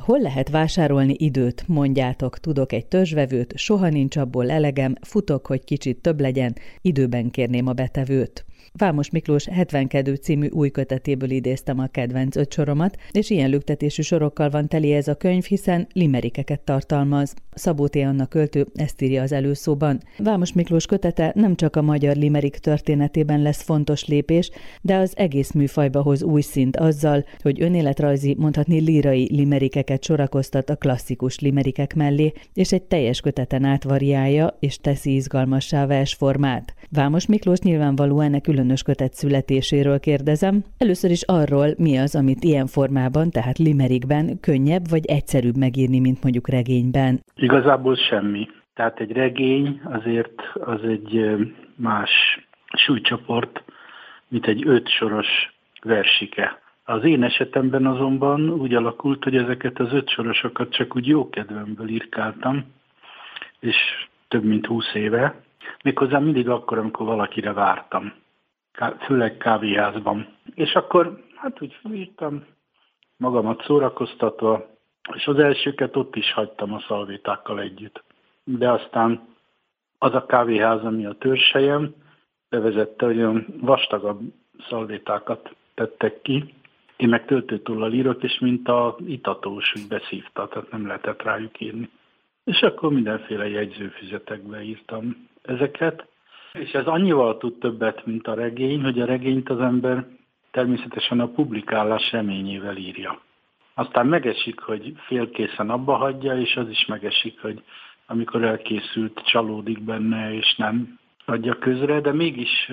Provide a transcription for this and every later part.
Hol lehet vásárolni időt? Mondjátok, tudok egy törzsvevőt, soha nincs abból elegem, futok, hogy kicsit több legyen, időben kérném a betevőt. Vámos Miklós 72 című új kötetéből idéztem a kedvenc 5 soromat, és ilyen lüktetésű sorokkal van teli ez a könyv, hiszen limerikeket tartalmaz. Szabó T. Anna költő ezt írja az előszóban. Vámos Miklós kötete nem csak a magyar limerik történetében lesz fontos lépés, de az egész műfajba hoz új szint azzal, hogy önéletrajzi, mondhatni lírai limerikeket sorakoztat a klasszikus limerikek mellé, és egy teljes köteten átvariálja és teszi izgalmassá a versformát. Vámos Miklós nyilvánvalóan a különös kötet születéséről kérdezem. Először is arról, mi az, amit ilyen formában, tehát limerikben könnyebb vagy egyszerűbb megírni, mint mondjuk regényben. Igazából semmi. Tehát egy regény azért az egy más súlycsoport, mint egy 5 soros versike. Az én esetemben azonban úgy alakult, hogy ezeket az 5 sorosokat csak úgy jókedvemből írkáltam, és több mint 20 éve. Méghozzá mindig akkor, amikor valakire vártam, főleg kávéházban. És akkor hát úgy írtam, magamat szórakoztatva, és az elsőket ott is hagytam a szalvétákkal együtt. De aztán az a kávéház, ami a törzshelyem, bevezette, hogy olyan vastagabb szalvétákat tettek ki. Én meg töltőtollal írok, és mint a itatós, úgy beszívta, tehát nem lehetett rájuk írni. És akkor mindenféle jegyzőfüzetekbe írtam ezeket. És ez annyival tud többet, mint a regény, hogy a regényt az ember természetesen a publikálás reményével írja. Aztán megesik, hogy félkészen abba hagyja, és az is megesik, hogy amikor elkészült, csalódik benne, és nem adja közre, de mégis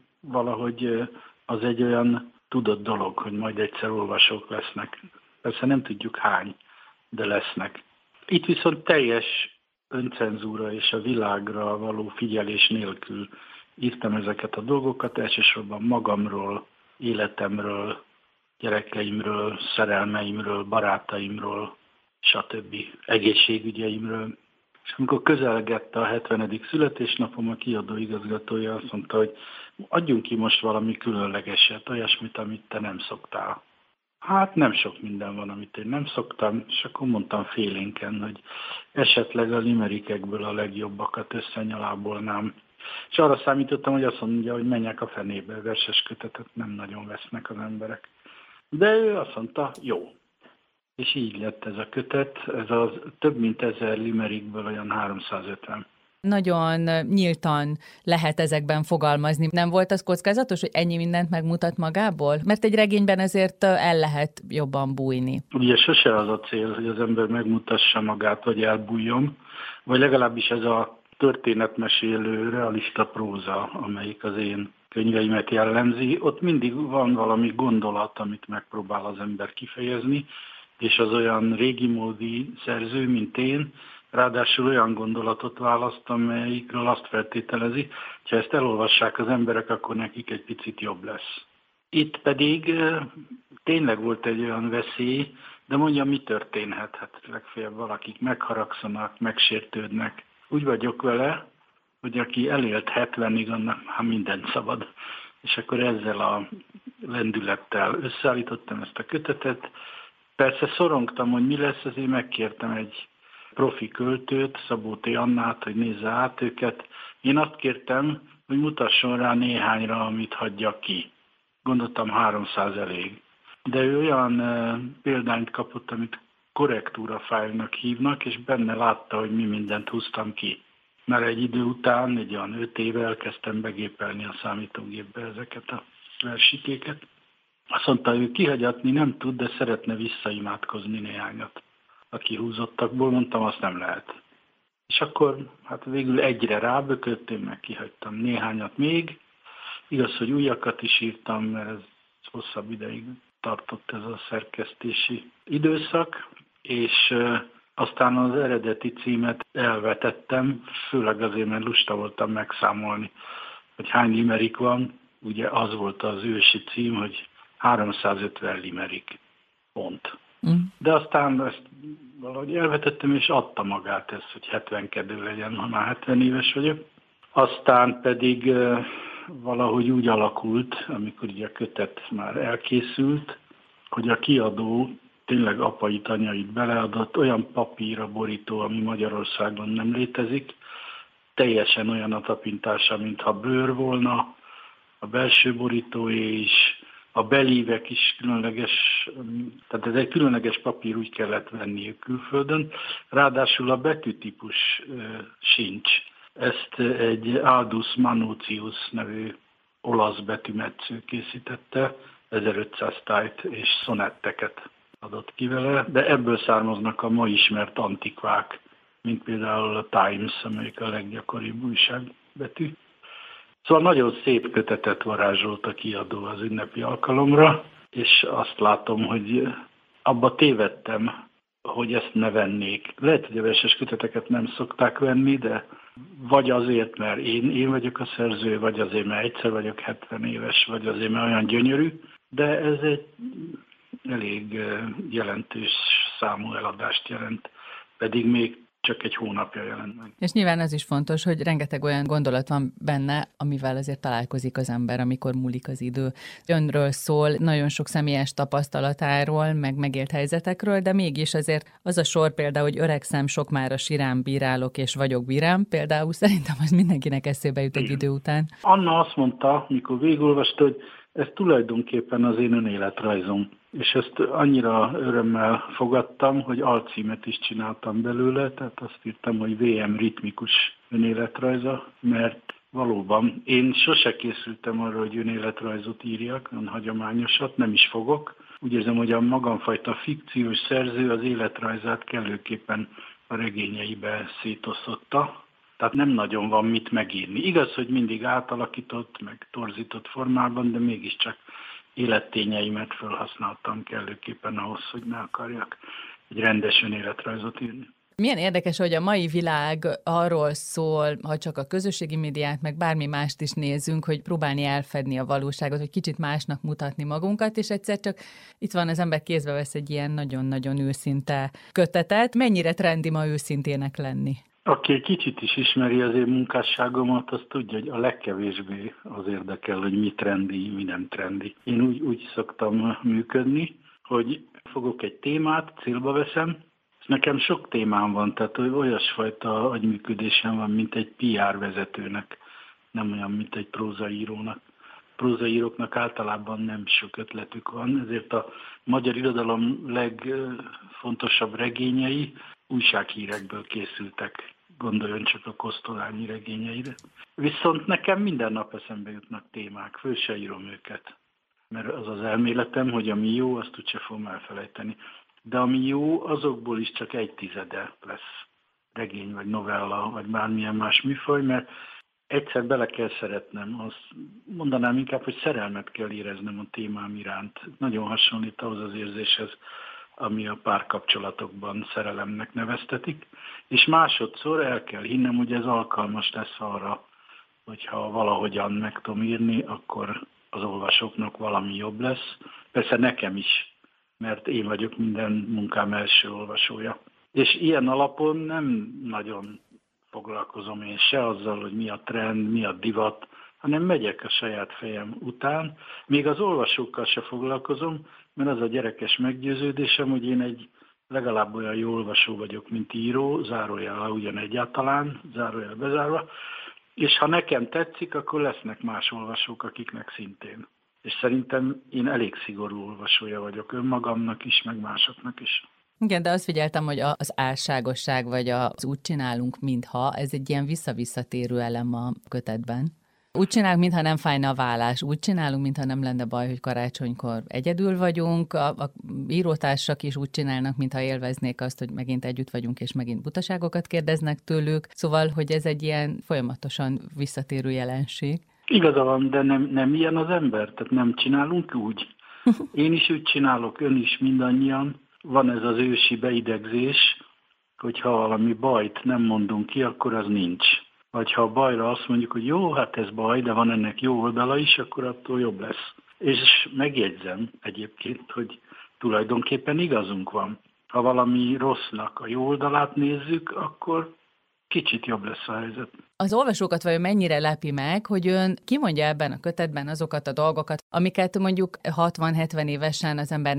valahogy az egy olyan tudott dolog, hogy majd egyszer olvasók lesznek. Persze nem tudjuk hány, de lesznek. Itt viszont teljes öncenzúra és a világra való figyelés nélkül írtam ezeket a dolgokat, elsősorban magamról, életemről, gyerekeimről, szerelmeimről, barátaimról, stb. Egészségügyeimről. És amikor közelgett a 70. születésnapom, a kiadó igazgatója azt mondta, hogy adjunk ki most valami különlegeset, olyasmit, amit te nem szoktál. Hát nem sok minden van, amit én nem szoktam, és akkor mondtam félénken, hogy esetleg a limerikekből a legjobbakat összenyalábolnám. És arra számítottam, hogy azt mondja, hogy menjek a fenébe, verses kötetet nem nagyon vesznek az emberek. De ő azt mondta, jó. És így lett ez a kötet, ez az több mint 1000 limerikből olyan 350. Nagyon nyíltan lehet ezekben fogalmazni. Nem volt az kockázatos, hogy ennyi mindent megmutat magából? Mert egy regényben ezért el lehet jobban bújni. Ugye sose az a cél, hogy az ember megmutassa magát, vagy elbújjon, vagy legalábbis ez a történetmesélő, realista próza, amelyik az én könyveimet jellemzi. Ott mindig van valami gondolat, amit megpróbál az ember kifejezni, és az olyan régimódi szerző, mint én, ráadásul olyan gondolatot választ, amelyikről azt feltételezi, ha ezt elolvassák az emberek, akkor nekik egy picit jobb lesz. Itt pedig tényleg volt egy olyan veszély, de mondja, mi történhet? Hát legfeljebb valakik megharagszanak, megsértődnek. Úgy vagyok vele, hogy aki elélt 70-ig, annak már mindent szabad. És akkor ezzel a lendülettel összeállítottam ezt a kötetet. Persze szorongtam, hogy mi lesz, azért megkértem egy profi költőt, Szabó T. Annát, hogy nézze át őket. Én azt kértem, hogy mutasson rá néhányra, amit hagyjak ki. Gondoltam 300 elég. De ő olyan példányt kapott, amit korrektúra fájlnak hívnak, és benne látta, hogy mi mindent húztam ki. Mert egy idő után, egy olyan 5 éve elkezdtem begépelni a számítógépbe ezeket a versikéket. Azt mondta, ő kihagyatni nem tud, de szeretne visszaimádkozni néhányat. A kihúzottakból, mondtam, azt nem lehet. És akkor hát végül egyre rábökött, én meg kihagytam néhányat még. Igaz, hogy újakat is írtam, mert ez hosszabb ideig tartott ez a szerkesztési időszak, és aztán az eredeti címet elvetettem, főleg azért, mert lusta voltam megszámolni, hogy hány limerik van. Ugye az volt az ősi cím, hogy 350 limerik. Pont. De aztán ezt valahogy elvetettem, és adta magát ezt, hogy 72 legyen, ha már 70 éves vagyok. Aztán pedig valahogy úgy alakult, amikor ugye a kötet már elkészült, hogy a kiadó tényleg apait, anyait beleadott, olyan papír a borító, ami Magyarországon nem létezik, teljesen olyan a tapintása, mintha bőr volna, a belső borítóé is, a belívek is különleges, tehát ez egy különleges papír, úgy kellett venniük külföldön, ráadásul a betűtípus sincs. Ezt egy Aldus Manutius nevű olasz betűmetsző készítette, 1500 tájt és szonetteket adott ki vele, de ebből származnak a ma ismert antikvák, mint például a Times, amelyik a leggyakoribb újságbetű. Szóval nagyon szép kötetet varázsolt a kiadó az ünnepi alkalomra, és azt látom, hogy abba tévedtem, hogy ezt ne vennék. Lehet, hogy a verses köteteket nem szokták venni, de vagy azért, mert én vagyok a szerző, vagy azért, mert egyszer vagyok 70 éves, vagy azért, mert olyan gyönyörű, de ez egy elég jelentős számú eladást jelent, pedig még csak egy hónapja jelent meg. És nyilván az is fontos, hogy rengeteg olyan gondolat van benne, amivel azért találkozik az ember, amikor múlik az idő. Önről szól, nagyon sok személyes tapasztalatáról, meg megélt helyzetekről, de mégis azért az a sor például, hogy öregszem, sok mára sirán bírálok és vagyok bírám, például szerintem az mindenkinek eszébe jut egy idő után. Anna azt mondta, mikor végigolvasta, hogy ez tulajdonképpen az én önéletrajzom. És ezt annyira örömmel fogadtam, hogy alcímet is csináltam belőle, tehát azt írtam, hogy VM ritmikus önéletrajza, mert valóban én sose készültem arra, hogy önéletrajzot írjak, olyan hagyományosat, nem is fogok. Úgy érzem, hogy a magamfajta fikciós szerző az életrajzát kellőképpen a regényeibe szétosztotta. Tehát nem nagyon van mit megírni. Igaz, hogy mindig átalakított, meg torzított formában, de mégiscsak élettényeimet felhasználtam kellőképpen ahhoz, hogy ne akarjak egy rendes önéletrajzot írni. Milyen érdekes, hogy a mai világ arról szól, ha csak a közösségi médiát, meg bármi mást is nézzünk, hogy próbálni elfedni a valóságot, hogy kicsit másnak mutatni magunkat, és egyszer csak itt van, az ember kézbe vesz egy ilyen nagyon-nagyon őszinte kötetet. Mennyire trendi ma őszintének lenni? Aki egy kicsit is ismeri az én munkásságomat, az tudja, hogy a legkevésbé az érdekel, hogy mi trendi, mi nem trendi. Én úgy szoktam működni, hogy fogok egy témát, célba veszem, és nekem sok témám van, tehát olyasfajta agyműködésem van, mint egy PR vezetőnek, nem olyan, mint egy prózaírónak. Prózaíróknak általában nem sok ötletük van, ezért a magyar irodalom legfontosabb regényei újsághírekből készültek. Gondoljon csak a Kosztolányi regényeire. Viszont nekem minden nap eszembe jutnak témák, föl se írom őket. Mert az az elméletem, hogy ami jó, azt úgyse fogom elfelejteni. De ami jó, azokból is csak 1/10 lesz regény, vagy novella, vagy bármilyen más műfaj, mert egyszer bele kell szeretnem. Azt mondanám inkább, hogy szerelmet kell éreznem a témám iránt. Nagyon hasonlít ahhoz az érzéshez, ami a párkapcsolatokban szerelemnek neveztetik, és másodszor el kell hinnem, hogy ez alkalmas lesz arra, hogyha valahogyan meg tudom írni, akkor az olvasóknak valami jobb lesz. Persze nekem is, mert én vagyok minden munkám első olvasója. És ilyen alapon nem nagyon foglalkozom én se azzal, hogy mi a trend, mi a divat, hanem megyek a saját fejem után. Még az olvasókkal se foglalkozom, mert az a gyerekes meggyőződésem, hogy én egy legalább olyan jó olvasó vagyok, mint író, zárójel ugyan egyáltalán, zárójel bezárva, és ha nekem tetszik, akkor lesznek más olvasók, akiknek szintén. És szerintem én elég szigorú olvasója vagyok önmagamnak is, meg másoknak is. Igen, de azt figyeltem, hogy az álságosság, vagy az úgy csinálunk, mintha, ez egy ilyen visszavisszatérő elem a kötetben. Úgy csinálunk, mintha nem fájna a vállás, úgy csinálunk, mintha nem lenne baj, hogy karácsonykor egyedül vagyunk, a írótársak is úgy csinálnak, mintha élveznék azt, hogy megint együtt vagyunk, és megint butaságokat kérdeznek tőlük, szóval, hogy ez egy ilyen folyamatosan visszatérő jelenség. Igaza van, de nem ilyen az ember, tehát nem csinálunk úgy. Én is úgy csinálok, ön is, mindannyian. Van ez az ősi beidegzés, hogyha valami bajt nem mondunk ki, akkor az nincs. Vagy ha a bajra azt mondjuk, hogy jó, hát ez baj, de van ennek jó oldala is, akkor attól jobb lesz. És megjegyzem egyébként, hogy tulajdonképpen igazunk van. Ha valami rossznak a jó oldalát nézzük, akkor kicsit jobb lesz a helyzet. Az olvasókat vajon mennyire lepi meg, hogy ön kimondja ebben a kötetben azokat a dolgokat, amiket mondjuk 60-70 évesen az ember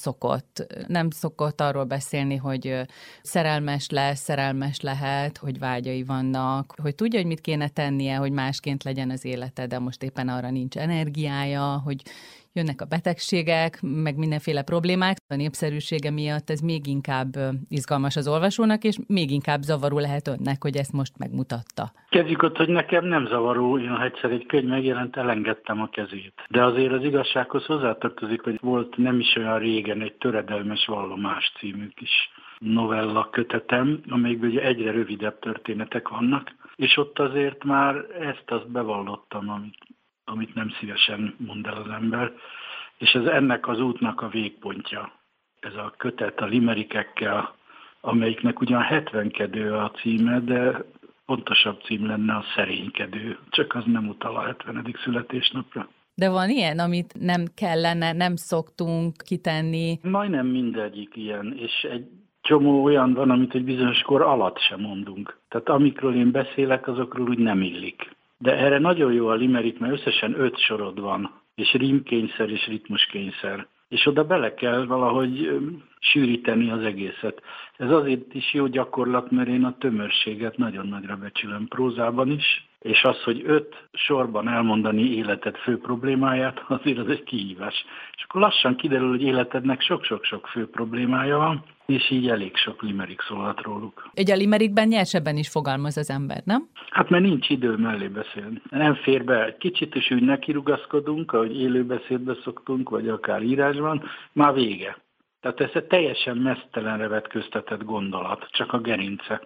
nem szokott arról beszélni, hogy szerelmes lesz, szerelmes lehet, hogy vágyai vannak, hogy tudja, hogy mit kéne tennie, hogy másként legyen az élete, de most éppen arra nincs energiája, hogy jönnek a betegségek, meg mindenféle problémák. A népszerűsége miatt ez még inkább izgalmas az olvasónak, és még inkább zavaró lehet önnek, hogy ezt most megmutatta. Kezdjük ott, hogy nekem nem zavaró, én ha egyszer egy könyv megjelent, elengedtem a kezét. De azért az igazsághoz hozzátartozik, hogy volt nem is olyan régen egy Töredelmes vallomás című kis novella kötetem, amelyikből ugye egyre rövidebb történetek vannak, és ott azért már ezt-azt bevallottam, amit nem szívesen mond el az ember, és ez ennek az útnak a végpontja. Ez a kötet a limerikekkel, amelyiknek ugyan 70-kedő a címe, de pontosabb cím lenne a Szerénykedő, csak az nem utal a 70. születésnapra. De van ilyen, amit nem kellene, nem szoktunk kitenni? Majdnem mindegyik ilyen, és egy csomó olyan van, amit egy bizonyos kor alatt sem mondunk. Tehát amikről én beszélek, azokról úgy nem illik. De erre nagyon jó a limerik, mert összesen 5 sorod van, és rímkényszer és ritmuskényszer. És oda bele kell valahogy sűríteni az egészet. Ez azért is jó gyakorlat, mert én a tömörséget nagyon nagyra becsülöm prózában is, és az, hogy 5 sorban elmondani életed fő problémáját, azért az egy kihívás. És akkor lassan kiderül, hogy életednek sok-sok-sok fő problémája van, és így elég sok limerik szólhat róluk. Ugye a limerikben nyersebben is fogalmaz az ember, nem? Hát mert nincs idő mellé beszélni. Nem fér be, egy kicsit is úgy nekirugaszkodunk, ahogy élőbeszédbe szoktunk, vagy akár írásban, már vége. Tehát ez egy teljesen meztelenre vetköztetett gondolat, csak a gerince.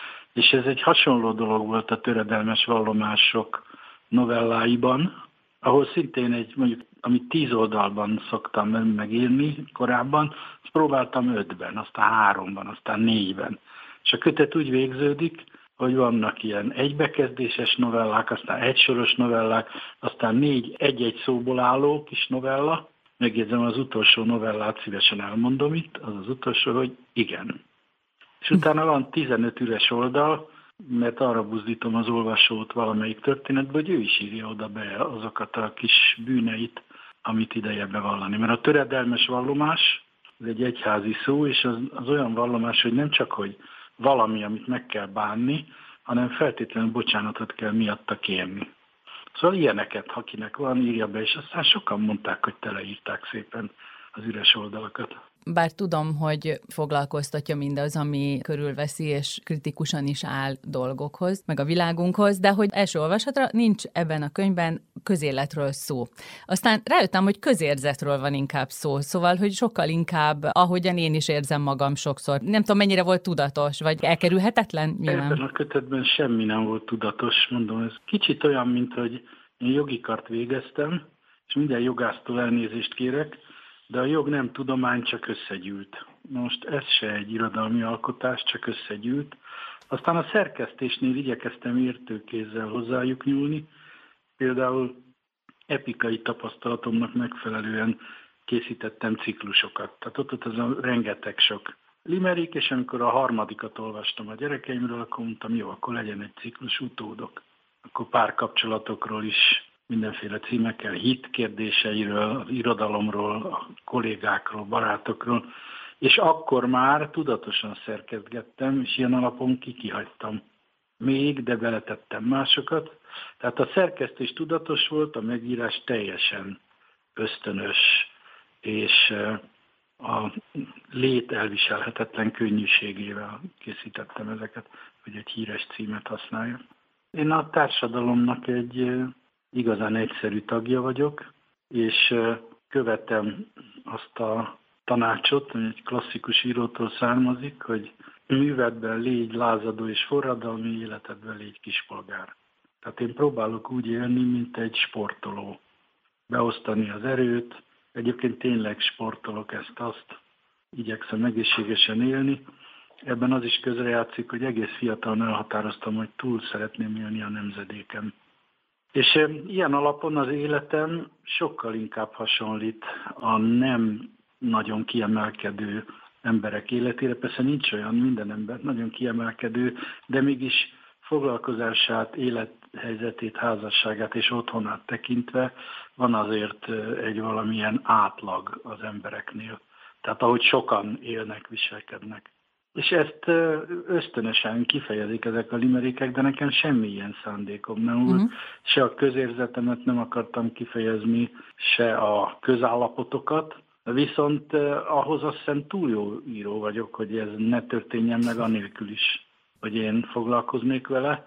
És ez egy hasonló dolog volt a Töredelmes vallomások novelláiban, ahol szintén mondjuk, amit 10 oldalban szoktam megírni korábban, azt próbáltam 5-ben, aztán 3-ban, aztán 4-ben. És a kötet úgy végződik, hogy vannak ilyen egybekezdéses novellák, aztán egysoros novellák, aztán 4 egy-egy szóból álló kis novella. Megjegyzem, az utolsó novellát szívesen elmondom itt, az utolsó, hogy igen. És utána van 15 üres oldal, mert arra buzdítom az olvasót valamelyik történetből, hogy ő is írja oda be azokat a kis bűneit, amit ideje bevallani. Mert a töredelmes vallomás, ez egy egyházi szó, és az olyan vallomás, hogy nem csak, hogy valami, amit meg kell bánni, hanem feltétlenül bocsánatot kell miatta kérni. Szóval ilyeneket, ha kinek van, írja be, és aztán sokan mondták, hogy teleírták szépen az üres oldalakat. Bár tudom, hogy foglalkoztatja mindaz, ami körülveszi, és kritikusan is áll dolgokhoz, meg a világunkhoz, de hogy első olvasatra nincs ebben a könyvben közéletről szó. Aztán rájöttem, hogy közérzetről van inkább szó, szóval, hogy sokkal inkább, ahogyan én is érzem magam sokszor. Nem tudom, mennyire volt tudatos, vagy elkerülhetetlen? Nyilván. Ebben a kötetben semmi nem volt tudatos, mondom, ez kicsit olyan, mint hogy én jogi kart végeztem, és minden jogásztól elnézést kérek, de a jog nem tudomány, csak összegyűlt. Most ez se egy irodalmi alkotás, csak összegyűlt. Aztán a szerkesztésnél igyekeztem értőkézzel hozzájuk nyúlni. Például epikai tapasztalatomnak megfelelően készítettem ciklusokat. Tehát ott az a rengeteg sok limerik, és amikor a harmadikat olvastam a gyerekeimről, akkor mondtam, jó, akkor legyen egy ciklus utódok. Akkor párkapcsolatokról is mindenféle címekkel, hit kérdéseiről, az irodalomról, a kollégákról, barátokról, és akkor már tudatosan szerkesztgettem, és ilyen alapon kihagytam még, de beletettem másokat. Tehát a szerkesztés tudatos volt, a megírás teljesen ösztönös, és a lét elviselhetetlen könnyűségével készítettem ezeket, hogy egy híres címet használjak. Én a társadalomnak egy igazán egyszerű tagja vagyok, és követem azt a tanácsot, ami egy klasszikus írótól származik, hogy művedben légy lázadó és forradalmi, életedben légy kispolgár. Tehát én próbálok úgy élni, mint egy sportoló. Beosztani az erőt, egyébként tényleg sportolok ezt-azt, igyekszem egészségesen élni. Ebben az is közrejátszik, hogy egész fiatalon elhatároztam, hogy túl szeretném élni a nemzedékem. És ilyen alapon az életem sokkal inkább hasonlít a nem nagyon kiemelkedő emberek életére. Persze nincs olyan, minden ember nagyon kiemelkedő, de mégis foglalkozását, élethelyzetét, házasságát és otthonát tekintve van azért egy valamilyen átlag az embereknél. Tehát ahogy sokan élnek, viselkednek. És ezt ösztönösen kifejezik ezek a limerikek, de nekem semmi ilyen szándékom nem volt. Se a közérzetemet nem akartam kifejezni, se a közállapotokat. Viszont ahhoz azt hiszem túl jó író vagyok, hogy ez ne történjen meg anélkül is, hogy én foglalkoznék vele.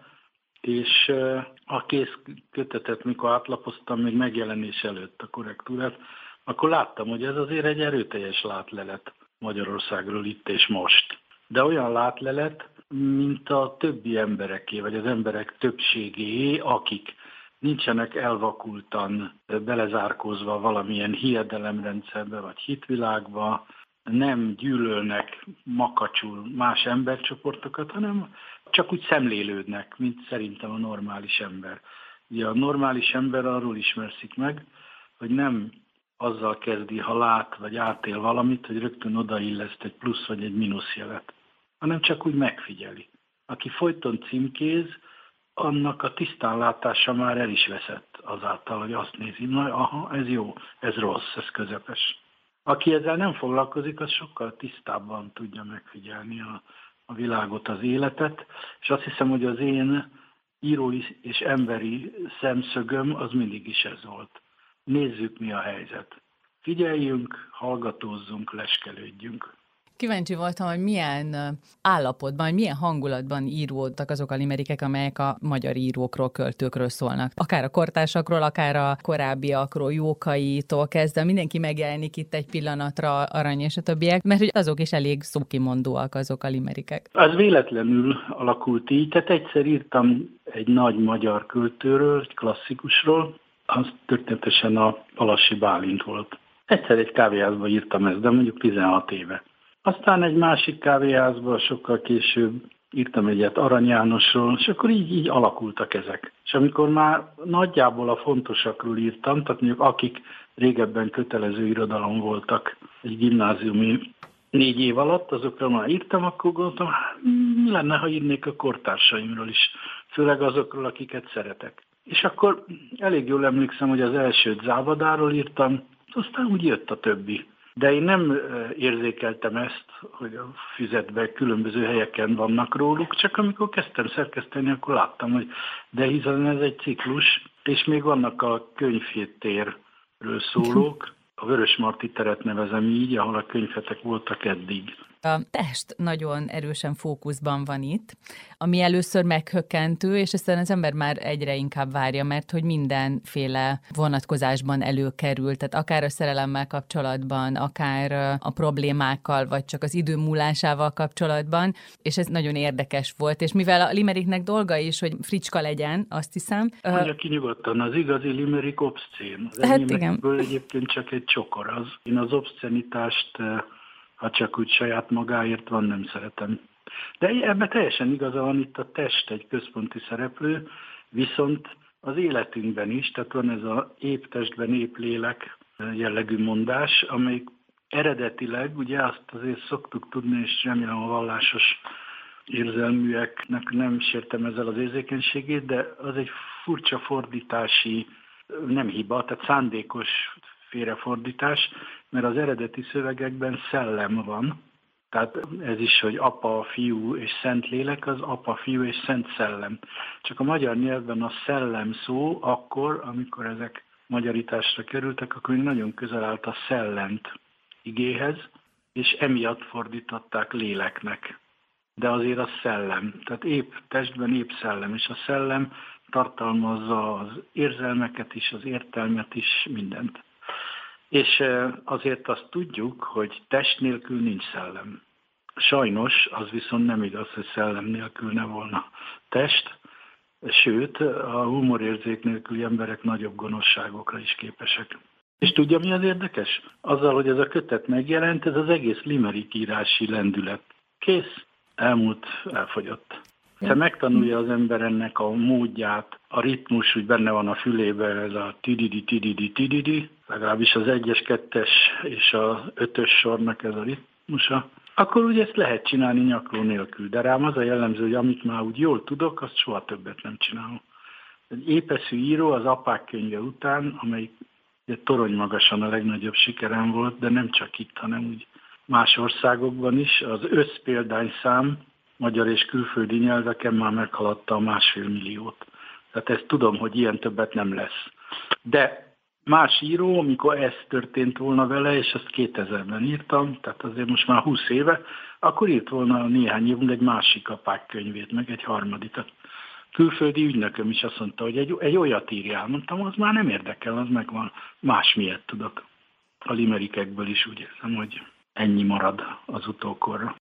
És a kész kötetet, mikor átlapoztam még megjelenés előtt a korrektúrát, akkor láttam, hogy ez azért egy erőteljes látlelet Magyarországról itt és most. De olyan látlelet, mint a többi embereké, vagy az emberek többségé, akik nincsenek elvakultan belezárkózva valamilyen hiedelemrendszerbe vagy hitvilágba, nem gyűlölnek makacsul más embercsoportokat, hanem csak úgy szemlélődnek, mint szerintem a normális ember. Ugye a normális ember arról ismerszik meg, hogy nem azzal kezdi, ha lát vagy átél valamit, hogy rögtön odailleszt egy plusz vagy egy mínusz jelet, hanem csak úgy megfigyeli. Aki folyton címkéz, annak a tisztánlátása már el is veszett azáltal, hogy azt nézi, na, aha, ez jó, ez rossz, ez közepes. Aki ezzel nem foglalkozik, az sokkal tisztábban tudja megfigyelni a világot, az életet, és azt hiszem, hogy az én írói és emberi szemszögöm az mindig is ez volt. Nézzük, mi a helyzet. Figyeljünk, hallgatózzunk, leskelődjünk. Kíváncsi voltam, hogy milyen állapotban, milyen hangulatban íródtak azok a limerikek, amelyek a magyar írókról, költőkről szólnak. Akár a kortársakról, akár a korábbiakról, Jókaitól kezdve, mindenki megjelenik itt egy pillanatra, Arany és a többiek, mert hogy azok is elég szókimondóak azok a limerikek. Az véletlenül alakult így, tehát egyszer írtam egy nagy magyar költőről, egy klasszikusról, az történetesen a Palassi Bálint volt. Egyszer egy kávéházba írtam ezt, de mondjuk 16 éve. Aztán egy másik kávéházban sokkal később írtam egyet Arany Jánosról, és akkor így alakultak ezek. És amikor már nagyjából a fontosakról írtam, tehát mondjuk akik régebben kötelező irodalom voltak egy gimnáziumi 4 év alatt, azokra már írtam, akkor gondoltam, mi lenne, ha írnék a kortársaimról is, főleg azokról, akiket szeretek. És akkor elég jól emlékszem, hogy az elsőt Závadáról írtam, aztán úgy jött a többi. De én nem érzékeltem ezt, hogy a füzetben különböző helyeken vannak róluk, csak amikor kezdtem szerkeszteni, akkor láttam, hogy de hiszen ez egy ciklus, és még vannak a könyvtérről szólók, a Vörösmarty teret nevezem így, ahol a könyvhetek voltak eddig. A test nagyon erősen fókuszban van itt, ami először meghökkentő, és aztán az ember már egyre inkább várja, mert hogy mindenféle vonatkozásban előkerül, tehát akár a szerelemmel kapcsolatban, akár a problémákkal, vagy csak az idő múlásával kapcsolatban, és ez nagyon érdekes volt, és mivel a limeriknek dolga is, hogy fricska legyen, azt hiszem. Mondja ki nyugodtan, az igazi limerik obszcén. Az enyémekből egyébként csak egy csokor az. Én az obszcenitást, ha csak úgy saját magáért van, nem szeretem. De ebben teljesen igaza van, itt a test egy központi szereplő, viszont az életünkben is, tehát van ez a épp testben épp lélek jellegű mondás, amelyik eredetileg, ugye azt azért szoktuk tudni, és remélem a vallásos érzelműeknek nem sértem ezzel az érzékenységét, de az egy furcsa fordítási, nem hiba, tehát szándékos félrefordítás, mert az eredeti szövegekben szellem van. Tehát ez is, hogy apa, fiú és szent lélek, az apa, fiú és szent szellem. Csak a magyar nyelvben a szellem szó akkor, amikor ezek magyarításra kerültek, akkor nagyon közel állt a szellent igéhez, és emiatt fordították léleknek. De azért a szellem, tehát épp testben épp szellem, és a szellem tartalmazza az érzelmeket is, az értelmet is, mindent. És azért azt tudjuk, hogy test nélkül nincs szellem. Sajnos az viszont nem igaz, hogy szellem nélkül ne volna test, sőt, a humorérzék nélküli emberek nagyobb gonoszságokra is képesek. És tudja, mi az érdekes? Azzal, hogy ez a kötet megjelent, ez az egész limerik írási lendület. Kész, elmúlt, elfogyott. Ha megtanulja az ember ennek a módját, a ritmus, úgy benne van a fülébe, ez a tididi, legalábbis az 1-es, 2-es és a 5-ös sornak ez a akkor ugye ezt lehet csinálni nyakló nélkül. De rám az a jellemző, hogy amit már úgy jól tudok, azt soha többet nem csinálom. Egy épeszű író az Apák könyve után, amelyik torony magasan a legnagyobb sikerem volt, de nem csak itt, hanem úgy más országokban is. Az összpéldányszám magyar és külföldi nyelveken már meghaladta a 1,5 milliót. Tehát ezt tudom, hogy ilyen többet nem lesz. De más író, amikor ez történt volna vele, és ezt 2000-ben írtam, tehát azért most már 20 éve, akkor írt volna néhány évig egy másik Apák könyvét, meg egy harmadikat. Külföldi ügynököm is azt mondta, hogy egy olyat írjál. Mondtam, az már nem érdekel, az megvan. Más miért tudok. A limerikekből is úgy érzem, hogy ennyi marad az utókorra.